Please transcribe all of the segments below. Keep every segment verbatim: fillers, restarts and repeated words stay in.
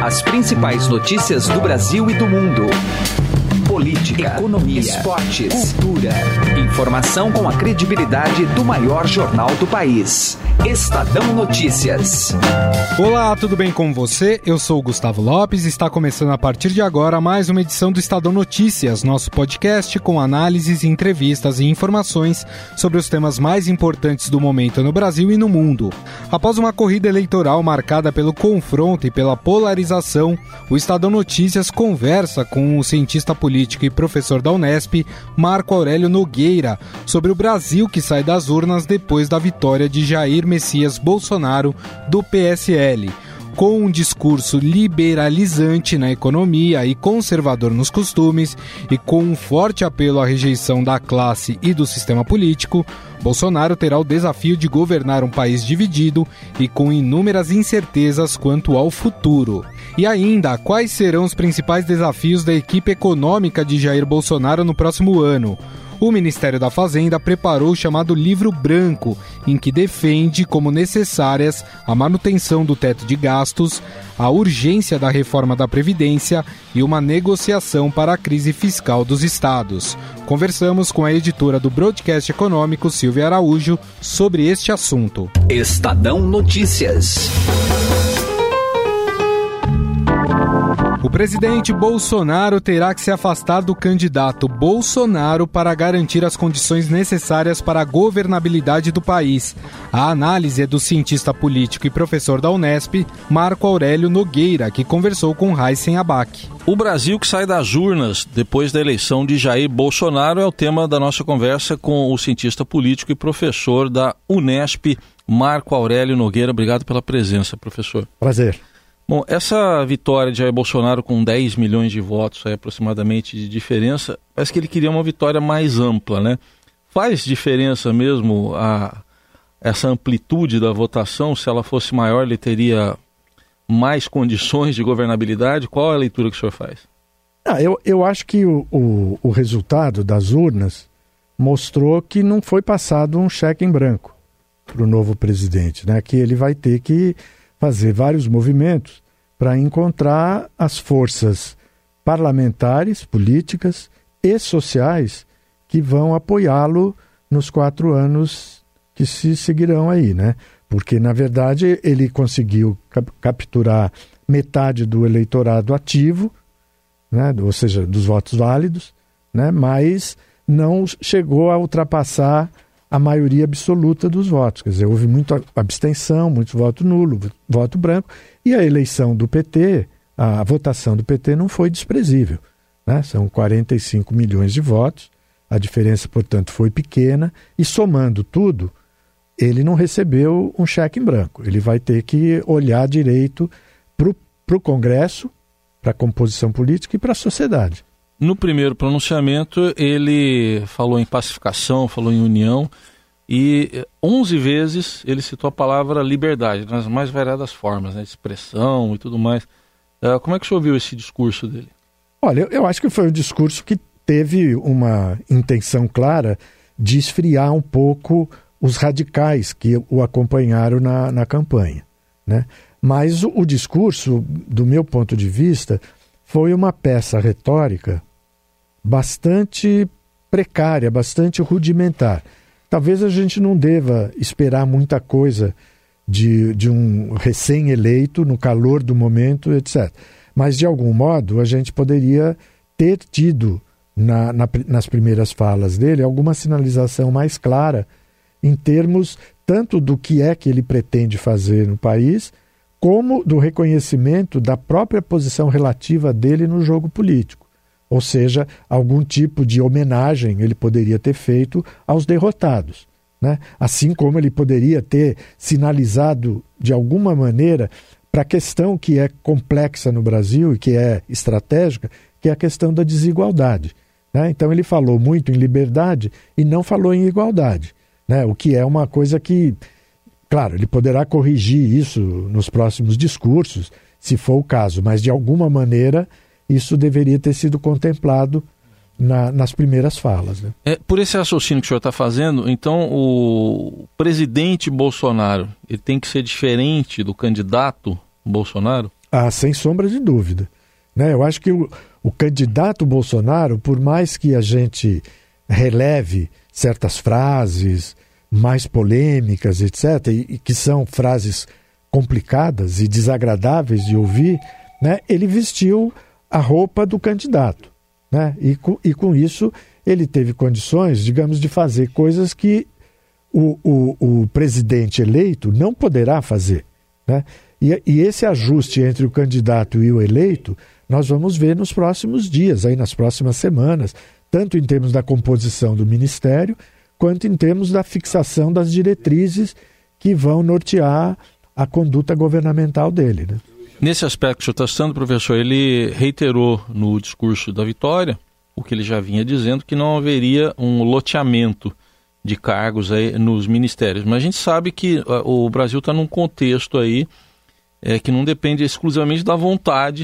As principais notícias do Brasil e do mundo. Política, economia, esportes, cultura. Informação com a credibilidade do maior jornal do país. Estadão Notícias. Olá, tudo bem com você? Eu sou o Gustavo Lopes e está começando a partir de agora mais uma edição do Estadão Notícias, nosso podcast com análises, entrevistas e informações sobre os temas mais importantes do momento no Brasil e no mundo. Após uma corrida eleitoral marcada pelo confronto e pela polarização, o Estadão Notícias conversa com o cientista político e professor da Unesp, Marco Aurélio Nogueira, sobre o Brasil que sai das urnas depois da vitória de Jair Messias Bolsonaro do P S L. Com um discurso liberalizante na economia e conservador nos costumes, e com um forte apelo à rejeição da classe e do sistema político, Bolsonaro terá o desafio de governar um país dividido e com inúmeras incertezas quanto ao futuro. E ainda, quais serão os principais desafios da equipe econômica de Jair Bolsonaro no próximo ano? O Ministério da Fazenda preparou o chamado Livro Branco, em que defende como necessárias a manutenção do teto de gastos, a urgência da reforma da Previdência e uma negociação para a crise fiscal dos estados. Conversamos com a editora do Broadcast Econômico, Silvia Araújo, sobre este assunto. Estadão Notícias. O presidente Bolsonaro terá que se afastar do candidato Bolsonaro para garantir as condições necessárias para a governabilidade do país. A análise é do cientista político e professor da Unesp, Marco Aurélio Nogueira, que conversou com Raíssen Abac. O Brasil que sai das urnas depois da eleição de Jair Bolsonaro é o tema da nossa conversa com o cientista político e professor da Unesp, Marco Aurélio Nogueira. Obrigado pela presença, professor. Prazer. Bom, essa vitória de Jair Bolsonaro com dez milhões de votos aí, aproximadamente de diferença, parece que ele queria uma vitória mais ampla, né? Faz diferença mesmo a, essa amplitude da votação? Se ela fosse maior, ele teria mais condições de governabilidade? Qual é a leitura que o senhor faz? Ah, eu, eu acho que o, o, o resultado das urnas mostrou que não foi passado um cheque em branco para o novo presidente, né? Que ele vai ter que fazer vários movimentos para encontrar as forças parlamentares, políticas e sociais que vão apoiá-lo nos quatro anos que se seguirão aí, né? Porque, na verdade, ele conseguiu cap- capturar metade do eleitorado ativo, né? Ou seja, dos votos válidos, né? Mas não chegou a ultrapassar a maioria absoluta dos votos. Quer dizer, houve muita abstenção, muito voto nulo, voto branco, e a eleição do P T, a votação do P T não foi desprezível, né? São quarenta e cinco milhões de votos, a diferença, portanto, foi pequena, e somando tudo, ele não recebeu um cheque em branco. Ele vai ter que olhar direito para o Congresso, para a composição política e para a sociedade. No primeiro pronunciamento, ele falou em pacificação, falou em união, e onze vezes ele citou a palavra liberdade, nas mais variadas formas, né, expressão e tudo mais. Uh, como é que o senhor viu esse discurso dele? Olha, eu, eu acho que foi um discurso que teve uma intenção clara de esfriar um pouco os radicais que o acompanharam na, na campanha, né? Mas o, o discurso, do meu ponto de vista, foi uma peça retórica bastante precária, bastante rudimentar. Talvez a gente não deva esperar muita coisa de, de um recém-eleito no calor do momento, etcétera. Mas, de algum modo, a gente poderia ter tido, na, na, nas primeiras falas dele, alguma sinalização mais clara em termos tanto do que é que ele pretende fazer no país, como do reconhecimento da própria posição relativa dele no jogo político. Ou seja, algum tipo de homenagem ele poderia ter feito aos derrotados, né? Assim como ele poderia ter sinalizado de alguma maneira para a questão que é complexa no Brasil e que é estratégica, que é a questão da desigualdade, né? Então ele falou muito em liberdade e não falou em igualdade, né? O que é uma coisa que, claro, ele poderá corrigir isso nos próximos discursos, se for o caso, mas de alguma maneira isso deveria ter sido contemplado na, nas primeiras falas, né? É, por esse raciocínio que o senhor está fazendo, então o presidente Bolsonaro ele tem que ser diferente do candidato Bolsonaro? Ah, sem sombra de dúvida. Né? Eu acho que o, o candidato Bolsonaro, por mais que a gente releve certas frases mais polêmicas, etcétera, e, e que são frases complicadas e desagradáveis de ouvir, né? Ele vestiu a roupa do candidato. Né? E, com, e com isso ele teve condições, digamos, de fazer coisas que o, o, o presidente eleito não poderá fazer. Né? E, e esse ajuste entre o candidato e o eleito, nós vamos ver nos próximos dias, aí nas próximas semanas, tanto em termos da composição do ministério, quanto em termos da fixação das diretrizes que vão nortear a conduta governamental dele. Né? Nesse aspecto que o senhor está citando, professor, ele reiterou no discurso da vitória o que ele já vinha dizendo, que não haveria um loteamento de cargos aí nos ministérios. Mas a gente sabe que uh, o Brasil está num contexto aí é, que não depende exclusivamente da vontade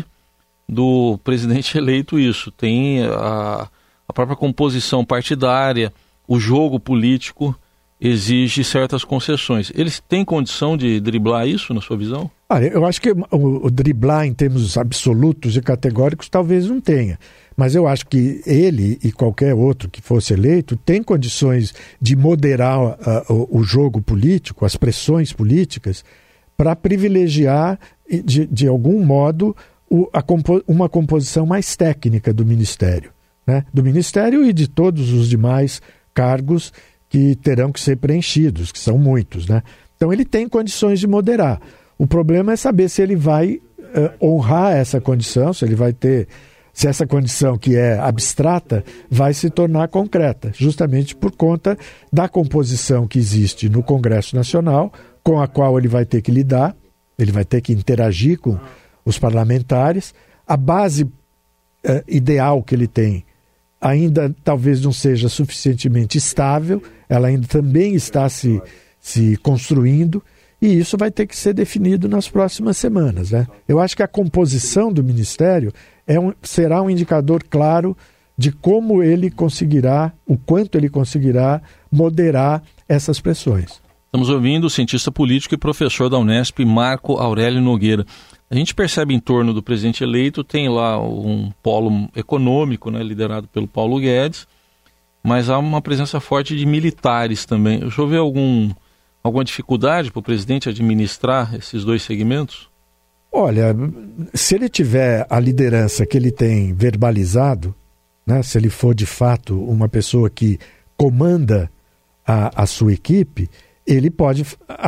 do presidente eleito isso. Tem a, a própria composição partidária, o jogo político exige certas concessões. Eles têm condição de driblar isso, na sua visão? Olha, eu acho que o, o driblar em termos absolutos e categóricos talvez não tenha. Mas eu acho que ele e qualquer outro que fosse eleito tem condições de moderar uh, o, o jogo político, as pressões políticas, para privilegiar, de, de algum modo, o, a compo, uma composição mais técnica do Ministério. Né? Do Ministério e de todos os demais cargos que terão que ser preenchidos, que são muitos. Né? Então ele tem condições de moderar. O problema é saber se ele vai uh, honrar essa condição, se ele vai ter... se essa condição que é abstrata vai se tornar concreta, justamente por conta da composição que existe no Congresso Nacional, com a qual ele vai ter que lidar, ele vai ter que interagir com os parlamentares. A base eh, ideal que ele tem ainda talvez não seja suficientemente estável, ela ainda também está se, se construindo, e isso vai ter que ser definido nas próximas semanas. Né? Eu acho que a composição do Ministério é um, será um indicador claro de como ele conseguirá, o quanto ele conseguirá moderar essas pressões. Estamos ouvindo o cientista político e professor da Unesp, Marco Aurélio Nogueira. A gente percebe em torno do presidente eleito, tem lá um polo econômico, né, liderado pelo Paulo Guedes, mas há uma presença forte de militares também. Deixa eu ver algum... alguma dificuldade para o presidente administrar esses dois segmentos? Olha, se ele tiver a liderança que ele tem verbalizado, né, se ele for de fato uma pessoa que comanda a, a sua equipe, ele pode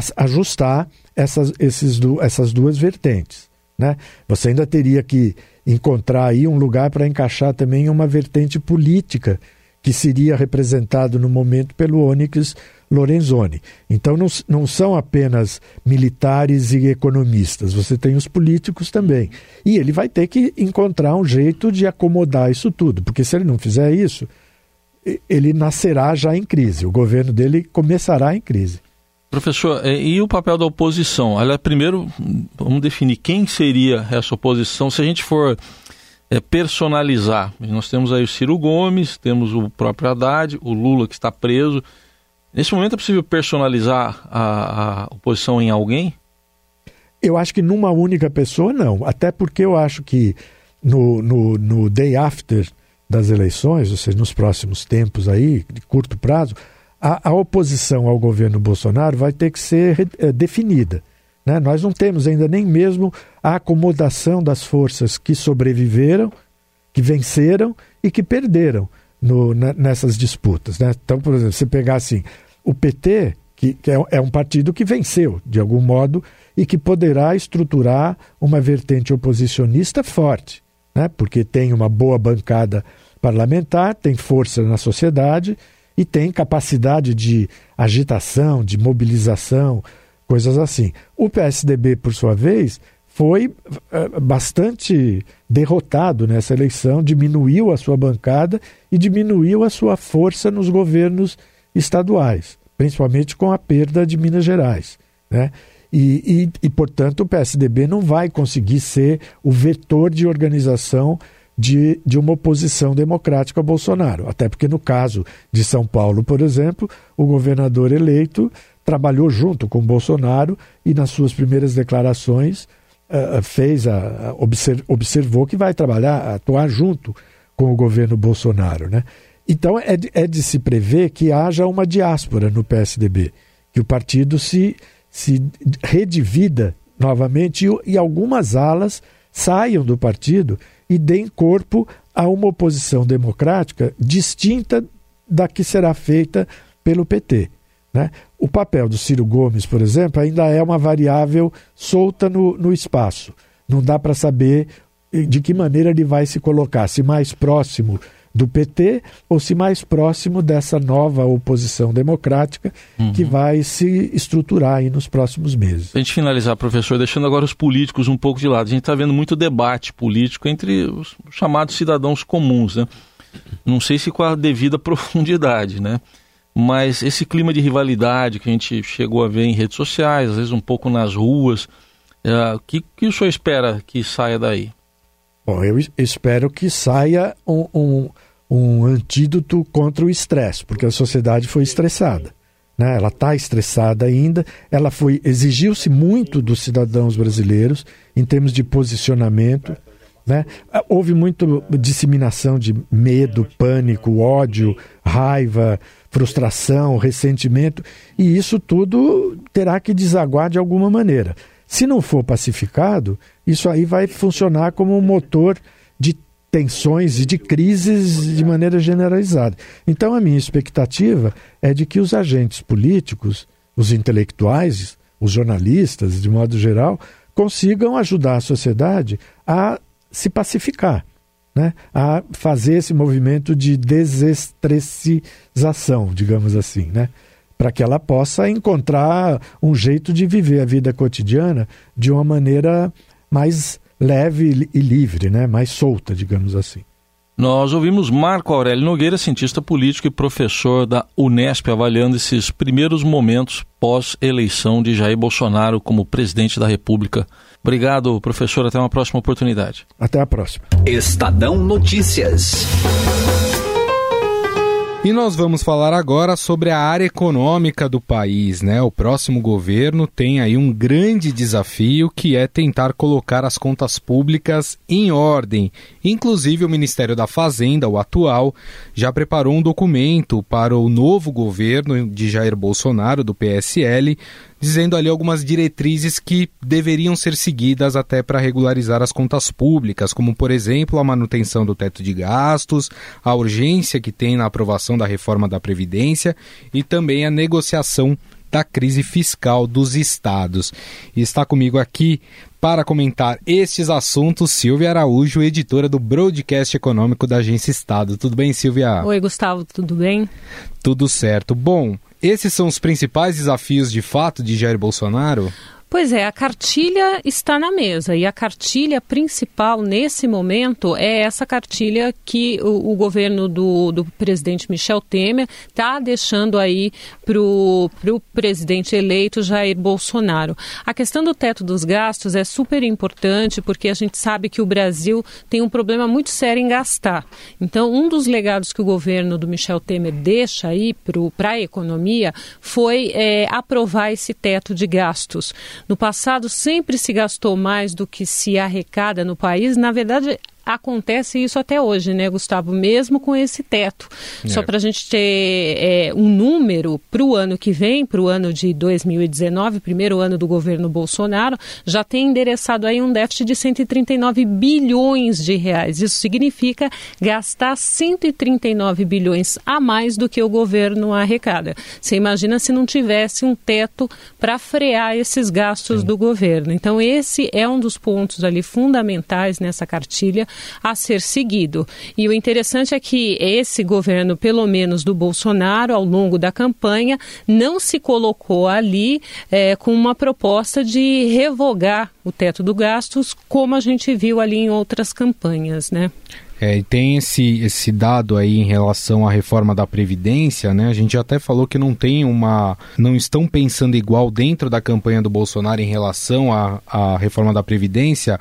ajustar essas, esses, essas duas vertentes. Né? Você ainda teria que encontrar aí um lugar para encaixar também uma vertente política que seria representado no momento pelo Onyx Lorenzoni. Então não, não são apenas militares e economistas, você tem os políticos também. E ele vai ter que encontrar um jeito de acomodar isso tudo, porque se ele não fizer isso, ele nascerá já em crise, o governo dele começará em crise. Professor, e o papel da oposição? Olha, primeiro, vamos definir quem seria essa oposição, se a gente for é, personalizar. Nós temos aí o Ciro Gomes, temos o próprio Haddad, o Lula que está preso. Nesse momento é possível personalizar a, a oposição em alguém? Eu acho que numa única pessoa não, até porque eu acho que no, no, no day after das eleições, ou seja, nos próximos tempos aí, de curto prazo, a, a oposição ao governo Bolsonaro vai ter que ser é, definida. Né? Nós não temos ainda nem mesmo a acomodação das forças que sobreviveram, que venceram e que perderam no, na, nessas disputas. Né? Então, por exemplo, você pegar assim, o P T, que, que é, é um partido que venceu, de algum modo, e que poderá estruturar uma vertente oposicionista forte, né? Porque tem uma boa bancada parlamentar, tem força na sociedade e tem capacidade de agitação, de mobilização, coisas assim. O P S D B, por sua vez, foi uh, bastante derrotado nessa eleição, diminuiu a sua bancada e diminuiu a sua força nos governos estaduais, principalmente com a perda de Minas Gerais. Né? E, e, e, portanto, o P S D B não vai conseguir ser o vetor de organização de, de uma oposição democrática a Bolsonaro. Até porque, no caso de São Paulo, por exemplo, o governador eleito trabalhou junto com Bolsonaro e, nas suas primeiras declarações, uh, fez, a, a observ, observou que vai trabalhar, atuar junto com o governo Bolsonaro, né? Então é de, é de se prever que haja uma diáspora no P S D B, que o partido se, se redivida novamente e, e algumas alas saiam do partido e deem corpo a uma oposição democrática distinta da que será feita pelo P T, né? O papel do Ciro Gomes, por exemplo, ainda é uma variável solta no, no espaço. Não dá para saber de que maneira ele vai se colocar, se mais próximo do P T ou se mais próximo dessa nova oposição democrática uhum. que vai se estruturar aí nos próximos meses. Para a gente finalizar, professor, deixando agora os políticos um pouco de lado, a gente está vendo muito debate político entre os chamados cidadãos comuns, né? Não sei se com a devida profundidade, né? Mas esse clima de rivalidade que a gente chegou a ver em redes sociais, às vezes um pouco nas ruas, o é, que, que o senhor espera que saia daí? Bom, eu espero que saia um, um, um antídoto contra o estresse, porque a sociedade foi estressada, né? Ela está estressada ainda, ela foi, exigiu-se muito dos cidadãos brasileiros em termos de posicionamento, né? Houve muita disseminação de medo, pânico, ódio, raiva, frustração, ressentimento, e isso tudo terá que desaguar de alguma maneira. Se não for pacificado, isso aí vai funcionar como um motor de tensões e de crises de maneira generalizada. Então a minha expectativa é de que os agentes políticos, os intelectuais, os jornalistas, de modo geral, consigam ajudar a sociedade a se pacificar, né? A fazer esse movimento de desestressização, digamos assim, né? Para que ela possa encontrar um jeito de viver a vida cotidiana de uma maneira mais leve e livre, né? Mais solta, digamos assim. Nós ouvimos Marco Aurélio Nogueira, cientista político e professor da Unesp, avaliando esses primeiros momentos pós-eleição de Jair Bolsonaro como presidente da República. Obrigado, professor. Até uma próxima oportunidade. Até a próxima. Estadão Notícias. E nós vamos falar agora sobre a área econômica do país, né? O próximo governo tem aí um grande desafio, que é tentar colocar as contas públicas em ordem. Inclusive o Ministério da Fazenda, o atual, já preparou um documento para o novo governo de Jair Bolsonaro, do P S L, dizendo ali algumas diretrizes que deveriam ser seguidas até para regularizar as contas públicas, como, por exemplo, a manutenção do teto de gastos, a urgência que tem na aprovação da reforma da Previdência e também a negociação da crise fiscal dos estados. E está comigo aqui para comentar estes assuntos Silvia Araújo, editora do Broadcast Econômico da Agência Estado. Tudo bem, Silvia? Oi, Gustavo, tudo bem? Tudo certo. Bom, esses são os principais desafios, de fato, de Jair Bolsonaro? Pois é, a cartilha está na mesa e a cartilha principal nesse momento é essa cartilha que o, o governo do, do presidente Michel Temer está deixando aí para o presidente eleito Jair Bolsonaro. A questão do teto dos gastos é super importante porque a gente sabe que o Brasil tem um problema muito sério em gastar. Então, um dos legados que o governo do Michel Temer deixa aí para a economia foi é, aprovar esse teto de gastos. No passado sempre se gastou mais do que se arrecada no país. Na verdade, acontece isso até hoje, né, Gustavo? Mesmo com esse teto. É. Só para a gente ter é, um número para o ano que vem, para o ano de dois mil e dezenove, primeiro ano do governo Bolsonaro, já tem endereçado aí um déficit de cento e trinta e nove bilhões de reais. Isso significa gastar cento e trinta e nove bilhões a mais do que o governo arrecada. Você imagina se não tivesse um teto para frear esses gastos Sim. do governo. Então, esse é um dos pontos ali fundamentais nessa cartilha a ser seguido. E o interessante é que esse governo, pelo menos do Bolsonaro, ao longo da campanha, não se colocou ali é, com uma proposta de revogar o teto do gastos, como a gente viu ali em outras campanhas, né? É, e tem esse, esse dado aí em relação à reforma da Previdência, né? A gente até falou que não tem uma... não estão pensando igual dentro da campanha do Bolsonaro em relação à, à reforma da Previdência.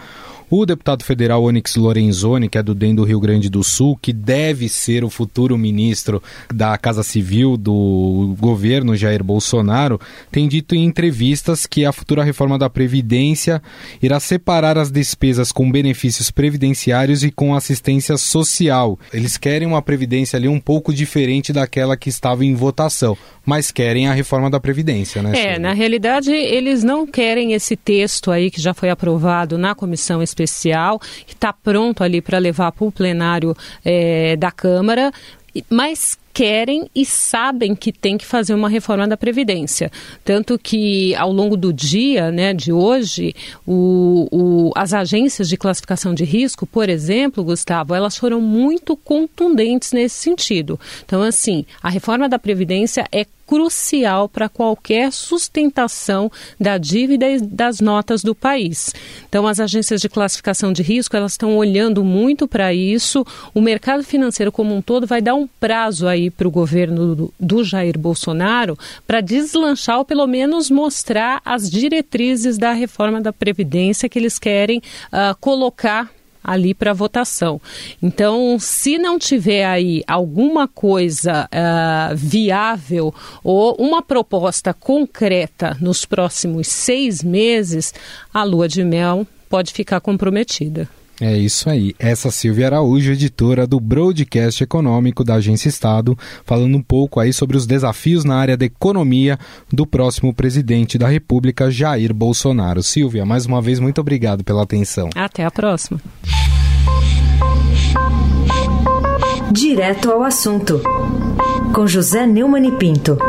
o deputado federal Onyx Lorenzoni, que é do D E M do Rio Grande do Sul, que deve ser o futuro ministro da Casa Civil do governo Jair Bolsonaro, tem dito em entrevistas que a futura reforma da Previdência irá separar as despesas com benefícios previdenciários e com assistência social. Eles querem uma Previdência ali um pouco diferente daquela que estava em votação, mas querem a reforma da Previdência, né? É, Silvia? Na realidade, eles não querem esse texto aí que já foi aprovado na comissão especial, que está pronto ali para levar para o plenário é, da Câmara, mas querem e sabem que tem que fazer uma reforma da Previdência. Tanto que, ao longo do dia, né, de hoje, o, o, as agências de classificação de risco, por exemplo, Gustavo, elas foram muito contundentes nesse sentido. Então, assim, a reforma da Previdência é crucial para qualquer sustentação da dívida e das notas do país. Então, as agências de classificação de risco, elas estão olhando muito para isso. O mercado financeiro como um todo vai dar um prazo aí para o governo do, do Jair Bolsonaro para deslanchar ou pelo menos mostrar as diretrizes da reforma da Previdência que eles querem uh, colocar ali para votação. Então, se não tiver aí alguma coisa uh, viável ou uma proposta concreta nos próximos seis meses, a lua de mel pode ficar comprometida. É isso aí. Essa Silvia Araújo, editora do Broadcast Econômico da Agência Estado, falando um pouco aí sobre os desafios na área da economia do próximo presidente da República, Jair Bolsonaro. Silvia, mais uma vez, muito obrigado pela atenção. Até a próxima. Direto ao assunto, com José Neumann e Pinto.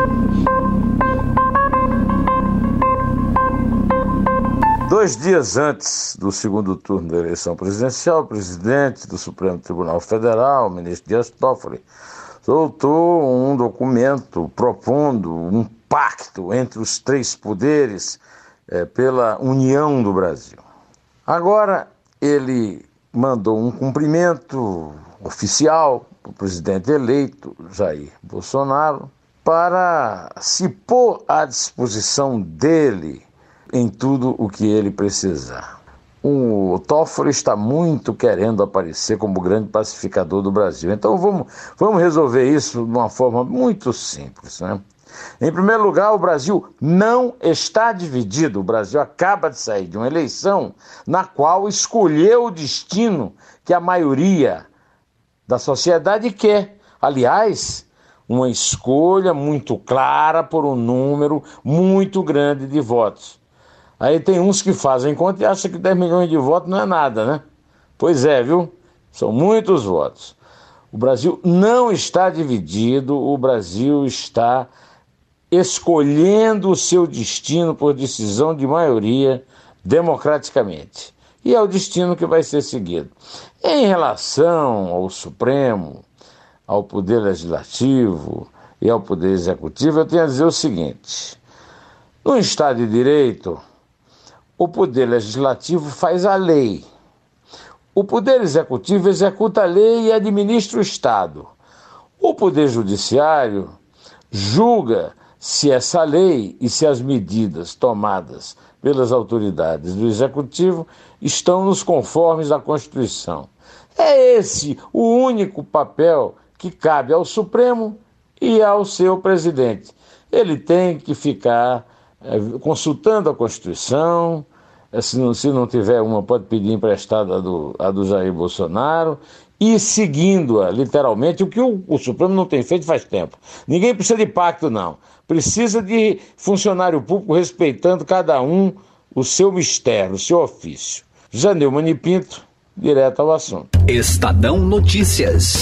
Dois dias antes do segundo turno da eleição presidencial, o presidente do Supremo Tribunal Federal, o ministro Dias Toffoli, soltou um documento propondo um pacto entre os três poderes é, pela união do Brasil. Agora, ele mandou um cumprimento oficial para o presidente eleito, Jair Bolsonaro, para se pôr à disposição dele em tudo o que ele precisar. O Toffoli está muito querendo aparecer como o grande pacificador do Brasil. Então vamos, vamos resolver isso de uma forma muito simples, né? Em primeiro lugar, o Brasil não está dividido. O Brasil acaba de sair de uma eleição na qual escolheu o destino que a maioria da sociedade quer. Aliás, uma escolha muito clara por um número muito grande de votos. Aí tem uns que fazem conta e acham que dez milhões de votos não é nada, né? Pois é, viu? São muitos votos. O Brasil não está dividido, o Brasil está escolhendo o seu destino por decisão de maioria democraticamente. E é o destino que vai ser seguido. Em relação ao Supremo, ao Poder Legislativo e ao Poder Executivo, eu tenho a dizer o seguinte: no Estado de Direito, o Poder Legislativo faz a lei. O Poder Executivo executa a lei e administra o Estado. O Poder Judiciário julga se essa lei e se as medidas tomadas pelas autoridades do Executivo estão nos conformes da Constituição. É esse o único papel que cabe ao Supremo e ao seu presidente. Ele tem que ficar é, consultando a Constituição. Se não, se não tiver uma, pode pedir emprestada a do, a do Jair Bolsonaro, e seguindo-a, literalmente, o que o, o Supremo não tem feito faz tempo. Ninguém precisa de pacto, não. Precisa de funcionário público respeitando cada um o seu mistério, o seu ofício. José Neumann e Pinto, direto ao assunto. Estadão Notícias.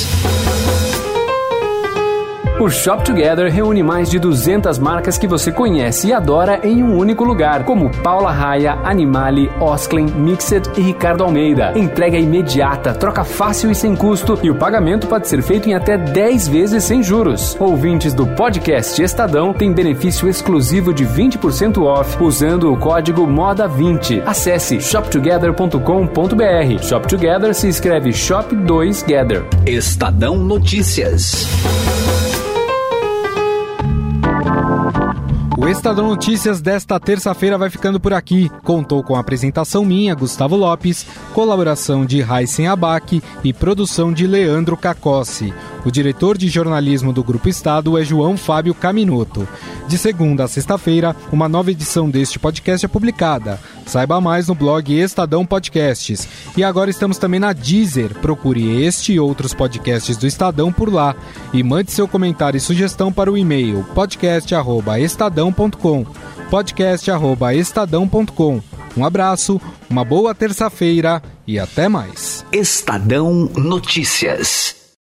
O Shop Together reúne mais de duzentas marcas que você conhece e adora em um único lugar, como Paula Raia, Animale, Osklen, Mixed e Ricardo Almeida. Entrega imediata, troca fácil e sem custo, e o pagamento pode ser feito em até dez vezes sem juros. Ouvintes do podcast Estadão têm benefício exclusivo de vinte por cento off usando o código moda vinte. Acesse shop together ponto com ponto b r. Shop Together se escreve Shop dois Gather. Estadão Notícias. O O Estadão Notícias desta terça-feira vai ficando por aqui. Contou com a apresentação minha, Gustavo Lopes, colaboração de Raíssen Abac e produção de Leandro Cacossi. O diretor de jornalismo do Grupo Estado é João Fábio Caminoto. De segunda a sexta-feira, uma nova edição deste podcast é publicada. Saiba mais no blog Estadão Podcasts. E agora estamos também na Deezer. Procure este e outros podcasts do Estadão por lá. E mande seu comentário e sugestão para o e-mail podcast arroba estadão ponto com. podcast arroba estadão ponto com. Um abraço, uma boa terça-feira e até mais. Estadão Notícias.